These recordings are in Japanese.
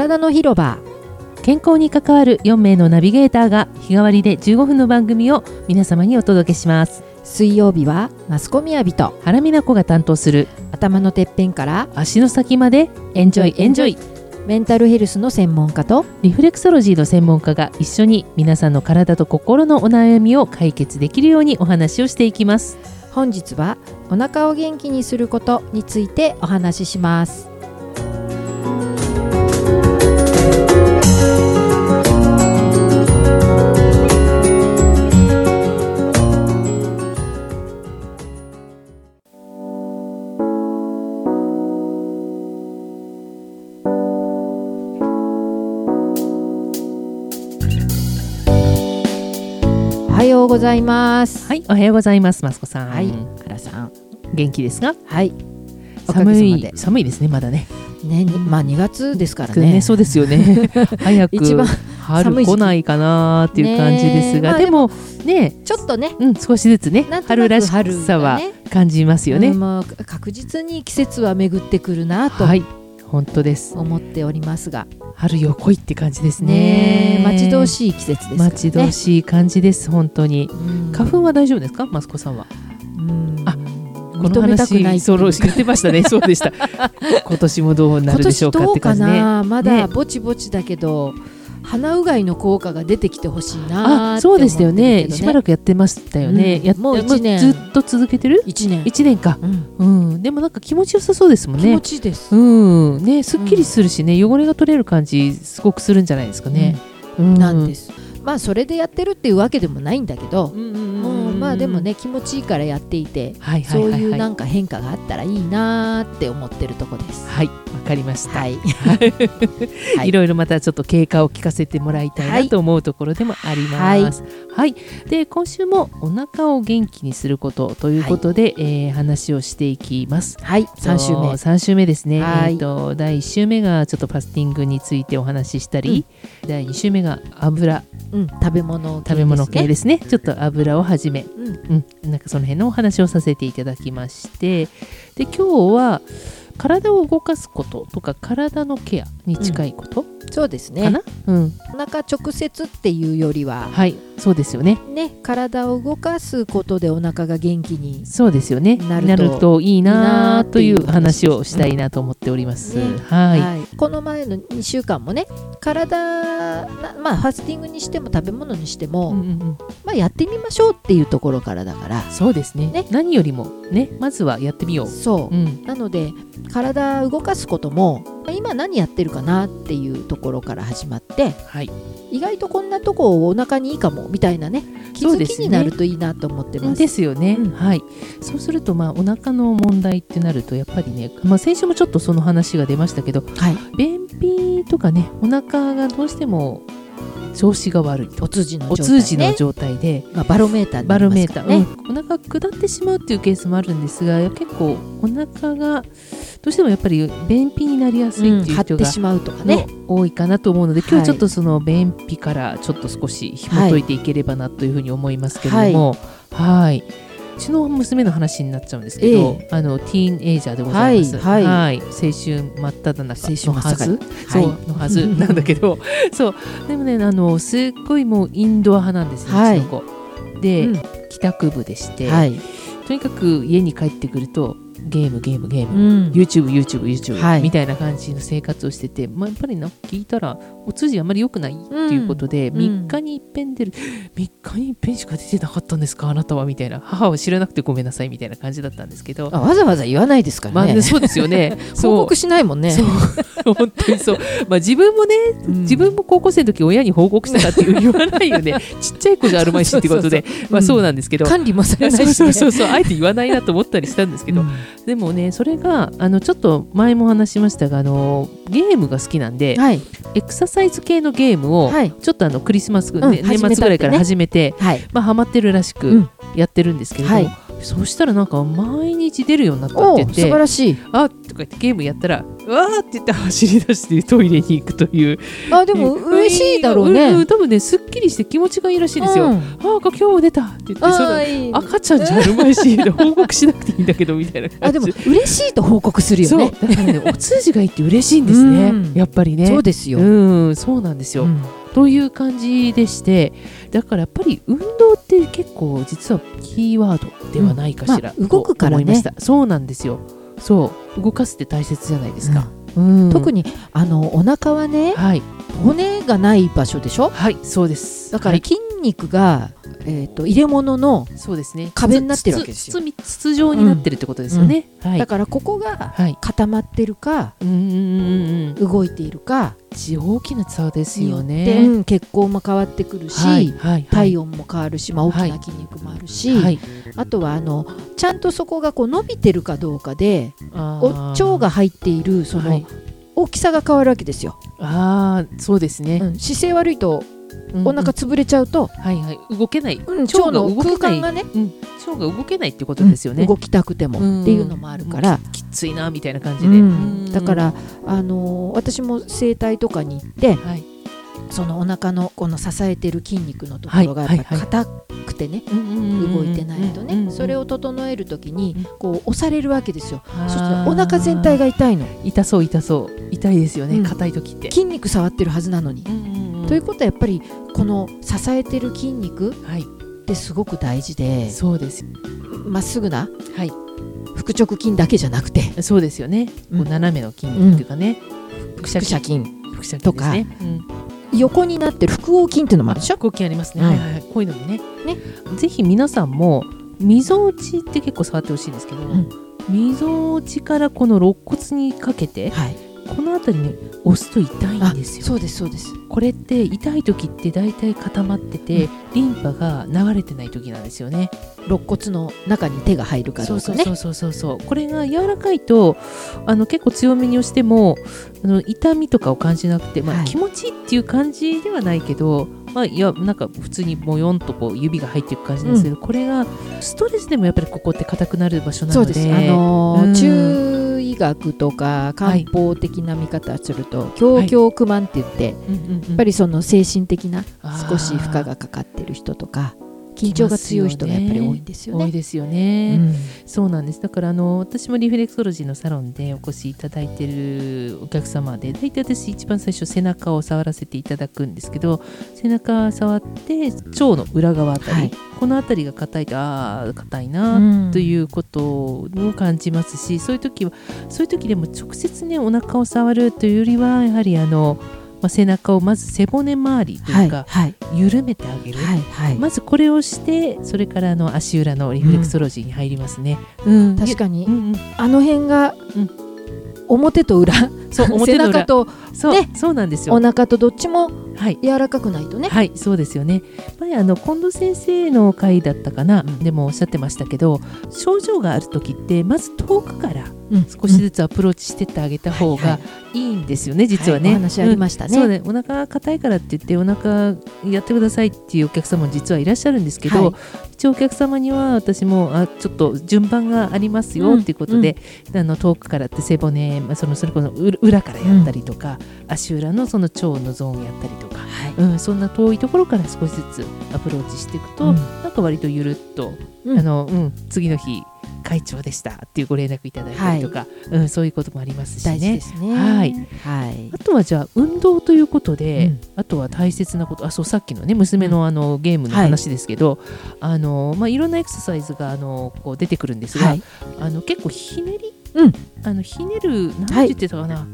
体の広場。 健康に関わる4名のナビゲーターが日替わりで15分の番組を皆様にお届けします。 水曜日はマスコミヤビと原美奈子が担当する頭のてっぺんから足の先までエンジョイエンジョイ。 メンタルヘルスの専門家とリフレクソロジーの専門家が一緒に皆さんの体と心のお悩みを解決できるようにお話をしていきます。 本日はお腹を元気にすることについてお話しします。おはようございます。 はい、おはようございます。マスコさん。 はい、原さん。 元気ですが？ はい。 寒いですね、まだね。 ね、まあ2月ですからね。 そうですよね。早く一番春来ないかなっていう感じですが、でもね、 ちょっとね、 少しずつね、春らしさは感じますよね。 もう確実に季節は巡ってくるなと。はい。 本当です。 思っておりますが。 春よ来いって感じですね。 待ち遠しい季節ですね。 待ち遠しい感じです。本当に。花粉は大丈夫ですか、マスコさんは？ 認めたくないそう言ってましたね。そうでした。今年もどうなるでしょうかって感じね。 まだぼちぼちだけど、鼻うがいの効果が出てきてほしいなって思ってるけどね。 そうですよね。しばらくやってましたよね。 もう1年ずっと続けてる？1年か。でもなんか気持ちよさそうですもんね。 気持ちいいです。 ね、すっきりするしね、汚れが取れる感じすごくするんじゃないですかね。 なんです。まあそれでやってるっていうわけでもないんだけど、まあでもね、気持ちいいからやっていて、そういうなんか変化があったらいいなって思ってるとこです。 はい、わかりました。いろいろまたちょっと経過を聞かせてもらいたいなと思うところでもあります。はい。で、今週もお腹を元気にすることということで、話をしていきます。 はい。3 週目ですね。第1週目がちょっとファスティングについてお話ししたり、第2週目が油。 食べ物系ですね。ちょっと油をはじめ、なんかその辺のお話をさせていただきまして、で今日は体を動かすこととか体のケアに近いこと、 そうですね。 かな？ お腹直接っていうよりは、 はい、そうですよね。 体を動かすことでお腹が元気にそうですよね。なるといいなという話をしたいなと思っております。はい。 この前の2週間もね、まあファスティングにしても食べ物にしても、まあやってみましょうっていうところからだから。 そうですね。何よりもね、まずはやってみよう。 そう。なので体動かすことも今何やってるかなっていうところから始まって、意外とこんなとこお腹にいいかもみたいなね、気づきになるといいなと思ってます。 ですよね。はい。そうするとお腹の問題ってなるとやっぱりね、先週もちょっとその話が出ましたけど、便秘とかね、お腹がどうしても調子が悪い、お通じの状態で、 バロメーターになりますからね。 お腹下ってしまうっていうケースもあるんですが、結構お腹がどうしてもやっぱり便秘になりやすいっていう人が、多いかなと思うので、今日ちょっとその便秘からちょっと少し紐解いていければなというふうに思いますけれども、うちの娘の話になっちゃうんですけど、ティーンエイジャーでございます。青春真っ只中のはずなんだけど、そうでもね、すっごいもうインドア派なんですね、うちの子で、帰宅部でして、とにかく家に帰ってくるとゲーム、YouTube、みたいな感じの生活をしてて、やっぱり聞いたらお通じあまり良くないっていうことで、3日に一遍出る、3日に一遍しか出てなかったんですかあなたはみたいな、母は知らなくてごめんなさいみたいな感じだったんですけど、 わざわざ言わないですからね。 そうですよね。 報告しないもんね。 本当にそう。自分もね、自分も高校生の時親に報告したかって言わないよね。ちっちゃい子じゃあるまいしってことで、そうなんですけど、 管理もされないし、 あえて言わないなと思ったりしたんですけど、でもね、それがちょっと前も話しましたが、ゲームが好きなんで、エクササイズ系のゲームをちょっとクリスマス、年末ぐらいから始めて、ハマってるらしくやってるんですけれども、 そうしたらなんか毎日出るようになったって言って、 素晴らしい。 あとか言ってゲームやったらうわーって言って走り出してトイレに行くという。 でも嬉しいだろうね。 多分ねすっきりして気持ちがいいらしいですよ。今日も出たって言って、それ赤ちゃんじゃあるまいし報告しなくていいんだけどみたいな感じ。 でも嬉しいと報告するよね。 そうだからねお通じがいいって嬉しいんですね、やっぱりね。 そうですよ。 そうなんですよ、という感じでして、だからやっぱり運動って結構実はキーワードではないかしら、 動くからね。 そうなんですよ。そう動かすって大切じゃないですか、 特にお腹はね、骨がない場所でしょ。 はい、そうです。 だから筋肉が、入れ物の壁になってるわけですよ。 筒状になってるってことですよね、 だからここが固まってるか、動いているか、 大きな差ですよね。 血行も変わってくるし、体温も変わるし、大きな筋肉もあるし、あとはちゃんとそこがこう伸びてるかどうかで腸が入っているその大きさが変わるわけですよ。 そうですね、 姿勢悪いとお腹潰れちゃうと、 動けない、 腸の空間がね、 腸が動けないってことですよね、 動きたくてもっていうのもあるから、 きついなみたいな感じで、 だから私も整体とかに行って、そのお腹のこの支えてる筋肉のところがやっぱり硬くてね、動いてないとね、それを整えるときにこう押されるわけですよ。そしてお腹全体が痛いの。 痛そう痛いですよね、硬い時って筋肉触ってるはずなのに、ということはやっぱりこの支えてる筋肉ってすごく大事で、 そうです。 まっすぐな、腹直筋だけじゃなくて、 そうですよね、こう斜めの筋肉っていうかね、 腹斜筋とか、横になってる腹横筋っていうのもあるでしょ。 腹横筋ありますね、こういうのもね。ぜひ皆さんもみぞおちって結構触ってほしいんですけど、みぞおちからこの肋骨にかけて、この辺りに押すと痛いんですよ。 そうですそうです。 これって痛い時って大体固まってて、リンパが流れてない時なんですよね。 肋骨の中に手が入るかどうかね。 そうこれが柔らかいと結構強めに押しても痛みとかを感じなくて、気持ちいいっていう感じではないけど、いやなんか普通にもよんとこう指が入っていく感じですけど、これがストレスでもやっぱりここって硬くなる場所なので、 そうです。中医学とか漢方的な見方すると胸胸苦満って言って、やっぱりその精神的な少し負荷がかかってる人とか緊張が強い人がやっぱり多いんですよね。 多いですよね、そうなんです。だから私もリフレクソロジーのサロンでお越しいただいているお客様で、大体私一番最初背中を触らせていただくんですけど、背中触って腸の裏側あたり、このあたりが硬いと硬いなということを感じますし、そういう時でも直接ねお腹を触るというよりはやはり背中をまず背骨周りというか、緩めてあげる、まずこれをして、それから足裏のリフレクソロジーに入りますね。 確かに、あの辺が、表と裏、背中とね、 そうなんですよ。 お腹とどっちも柔らかくないとね。 そうですよね。近藤先生の回だったかな、でもおっしゃってましたけど、症状がある時ってまず遠くから少しずつアプローチしてってあげた方がいいんですよね、実はね。 お話ありましたね。 そうね、お腹硬いからって言ってお腹やってくださいっていうお客様も実はいらっしゃるんですけど、一応お客様には私もちょっと順番がありますよっていうことで、遠くからって背骨、それこそ裏からやったりとか、足裏のその腸のゾーンやったりとか、そんな遠いところから少しずつアプローチしていくと、なんか割とゆるっと、次の日会長でしたっていうご連絡いただいたりとか、そういうこともありますしね。 大事ですね。 あとはじゃあ運動ということで、あとは大切なこと、さっきのね娘のゲームの話ですけど、いろんなエクササイズがこう出てくるんですが、結構ひねり、ひねる、何て言ってたかな、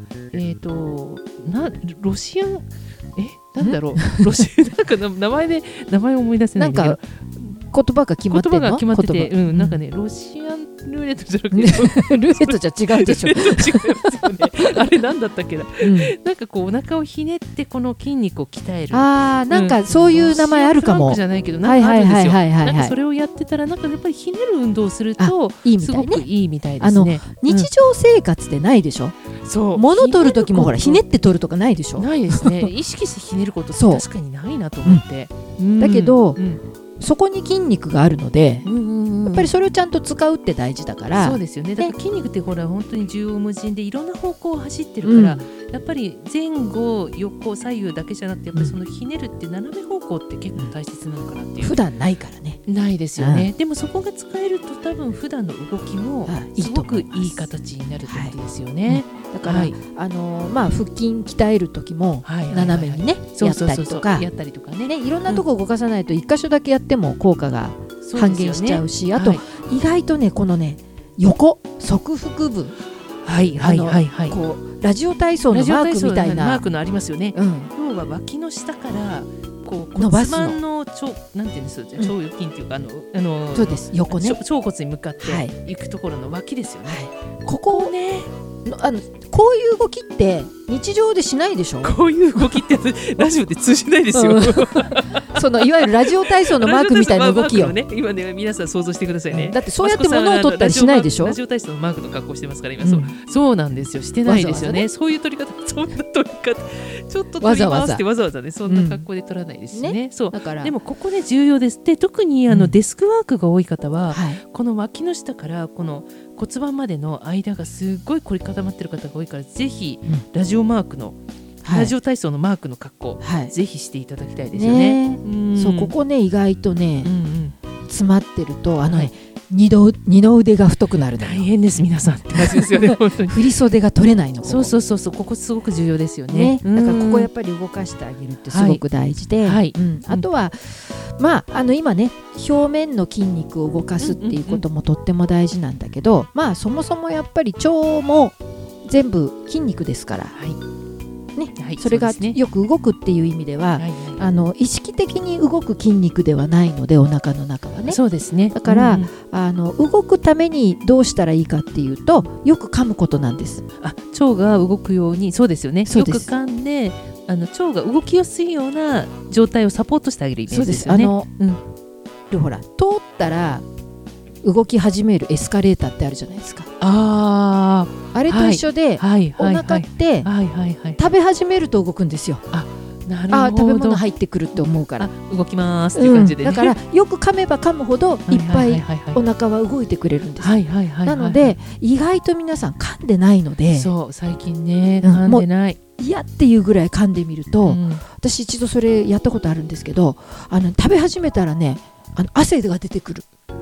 ロシアンなんだろう、ロシアンなんか名前思い出せないんだけど、 言葉が決まってるの？ 言葉が決まってて、なんかね、ロシアンルーレットじゃなくてルーレットじゃ違うでしょ。 あれなんだったっけな、なんかこうお腹をひねってこの筋肉を鍛える、 なんかそういう名前あるかも。 ロシアンフランクじゃないけど、なんかあるんですよ。なんかそれをやってたら、なんかやっぱりひねる運動をするとすごくいいみたいですね。 日常生活ってないでしょ。物取る時もほらひねって取るとかないでしょ。 ないですね。意識してひねることって確かにないなと思って。 だけどそこに筋肉があるので、やっぱりそれをちゃんと使うって大事だから。 そうですよね。だから筋肉ってほら本当に縦横無尽でいろんな方向を走ってるから、やっぱり前後横左右だけじゃなくて、やっぱりそのひねるって斜め方向って結構大切なのかなっていう。 普段ないからね。 ないですよね。でもそこが使えると多分普段の動きもすごくいい形になるってことですよね。 だから、腹筋鍛える時も斜めにねやったりとかね、いろんなとこ動かさないと一箇所だけやっても効果が半減しちゃうし、あと意外とねこのね横側腹部、こうラジオ体操のマークみたいなマークのありますよね。要は脇の下からこう骨盤のなんていうんですか、腸腰筋っていうかそうです、横ね、 腸骨に向かっていくところの脇ですよね。 ここをねこういう動きって日常でしないでしょ。 こういう動きってラジオで通じないですよ。 そのいわゆるラジオ体操のマークみたいな動きをね、今ね皆さん想像してくださいね。 だってそうやって物を取ったりしないでしょ。 ラジオ体操のマークの格好してますから今。そうなんですよ。してないですよね。そういう取り方、そんな取り方ちょっと取り回してわざわざねそんな格好で取らないですね。そうだからでもここで重要です。で特にデスクワークが多い方はこの脇の下からこの骨盤までの間がすごい凝り固まってる方が多いから、ぜひラジオマークの、ラジオ体操のマークの格好、ぜひしていただきたいですよね。 そうここね意外とね、詰まってると二の腕が太くなるのよ。 大変です皆さんって感じですよね。本当に振り袖が取れないの。 そうここすごく重要ですよね。 だからここやっぱり動かしてあげるってすごく大事で、あとは今ね表面の筋肉を動かすっていうこともとっても大事なんだけど、そもそもやっぱり腸も全部筋肉ですから、それがよく動くっていう意味では、意識的に動く筋肉ではないので、お腹の中はね。 そうですね。 だから、動くためにどうしたらいいかっていうと、よく噛むことなんです。 腸が動くように、そうですよね。よく噛んで腸が動きやすいような状態をサポートしてあげるイメージですよね。 ほら通ったら動き始めるエスカレーターってあるじゃないですか。あれと一緒で、お腹って食べ始めると動くんですよ。なるほど。食べ物入ってくるって思うから動きますっていう感じで、 だからよく噛めば噛むほどいっぱいお腹は動いてくれるんです。なので意外と皆さん噛んでないので、 そう最近ね噛んでない、 嫌っていうぐらい噛んでみると、私一度それやったことあるんですけど、食べ始めたらね汗が出てくる。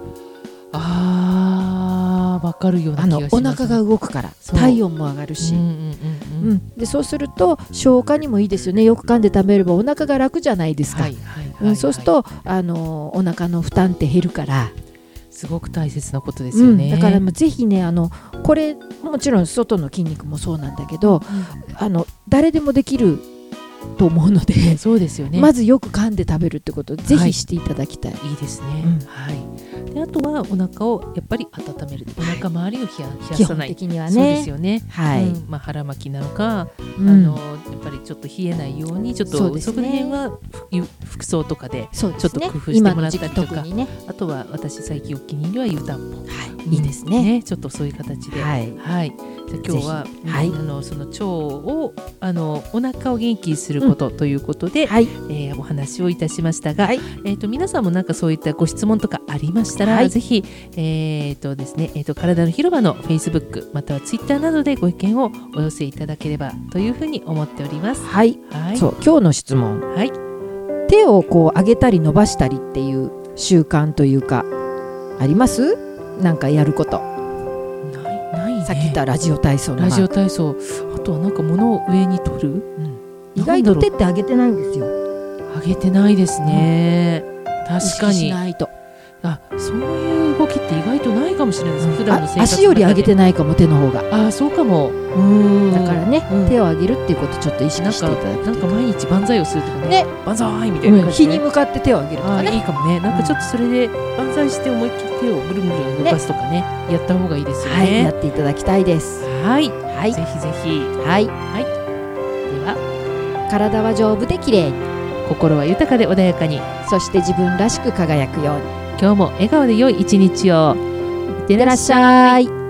分かるような気がします。 お腹が動くから体温も上がるし、でそうすると消化にもいいですよね。よく噛んで食べればお腹が楽じゃないですか。そうするとお腹の負担って減るから、 すごく大切なことですよね。 だからぜひねこれもちろん外の筋肉もそうなんだけど、誰でもできると思うので、 そうですよね。 まずよく噛んで食べるってことをぜひしていただきたい。 いいですね。であとはお腹をやっぱり温める、お腹周りを冷やさない。 基本的にはね。 そうですよね。腹巻きなのか、やっぱりちょっと冷えないようにちょっとそこら辺は服装とかでちょっと工夫してもらったりとか、あとは私最近お気に入りは湯たんぽ、 いいですね。 ちょっとそういう形で、じゃあ今日はその腸をお腹を元気にすることということでお話をいたしましたが、皆さんもなんかそういったご質問とかありましたら、ぜひですね体の広場の Facebook または Twitter などでご意見をお寄せいただければというふうに思っております。 そう今日の質問、手をこう上げたり伸ばしたりっていう習慣というかあります？なんかやることないね。 さっき言ったラジオ体操のラジオ体操、あとはなんか物を上に取る、 意外と手って上げてないんですよ。 上げてないですね。確かに。 意識しないと。 そういう動きって意外とないかもしれないです。普段の生活の中で。 足より上げてないかも、手の方が。 そうかも。 だからね、手を上げるっていうことちょっと意識していただく。 なんか毎日万歳をするとかね。万歳みたいな感じで。 日に向かって手を上げるとかね。 いいかもね。なんかちょっとそれで万歳して思いっきり手をぐるぐる動かすとかね、やった方がいいですよね。 やっていただきたいです。 ぜひぜひ。では、 体は丈夫で綺麗に、 心は豊かで穏やかに、 そして自分らしく輝くように。 今日も笑顔で良い一日を。 いってらっしゃい。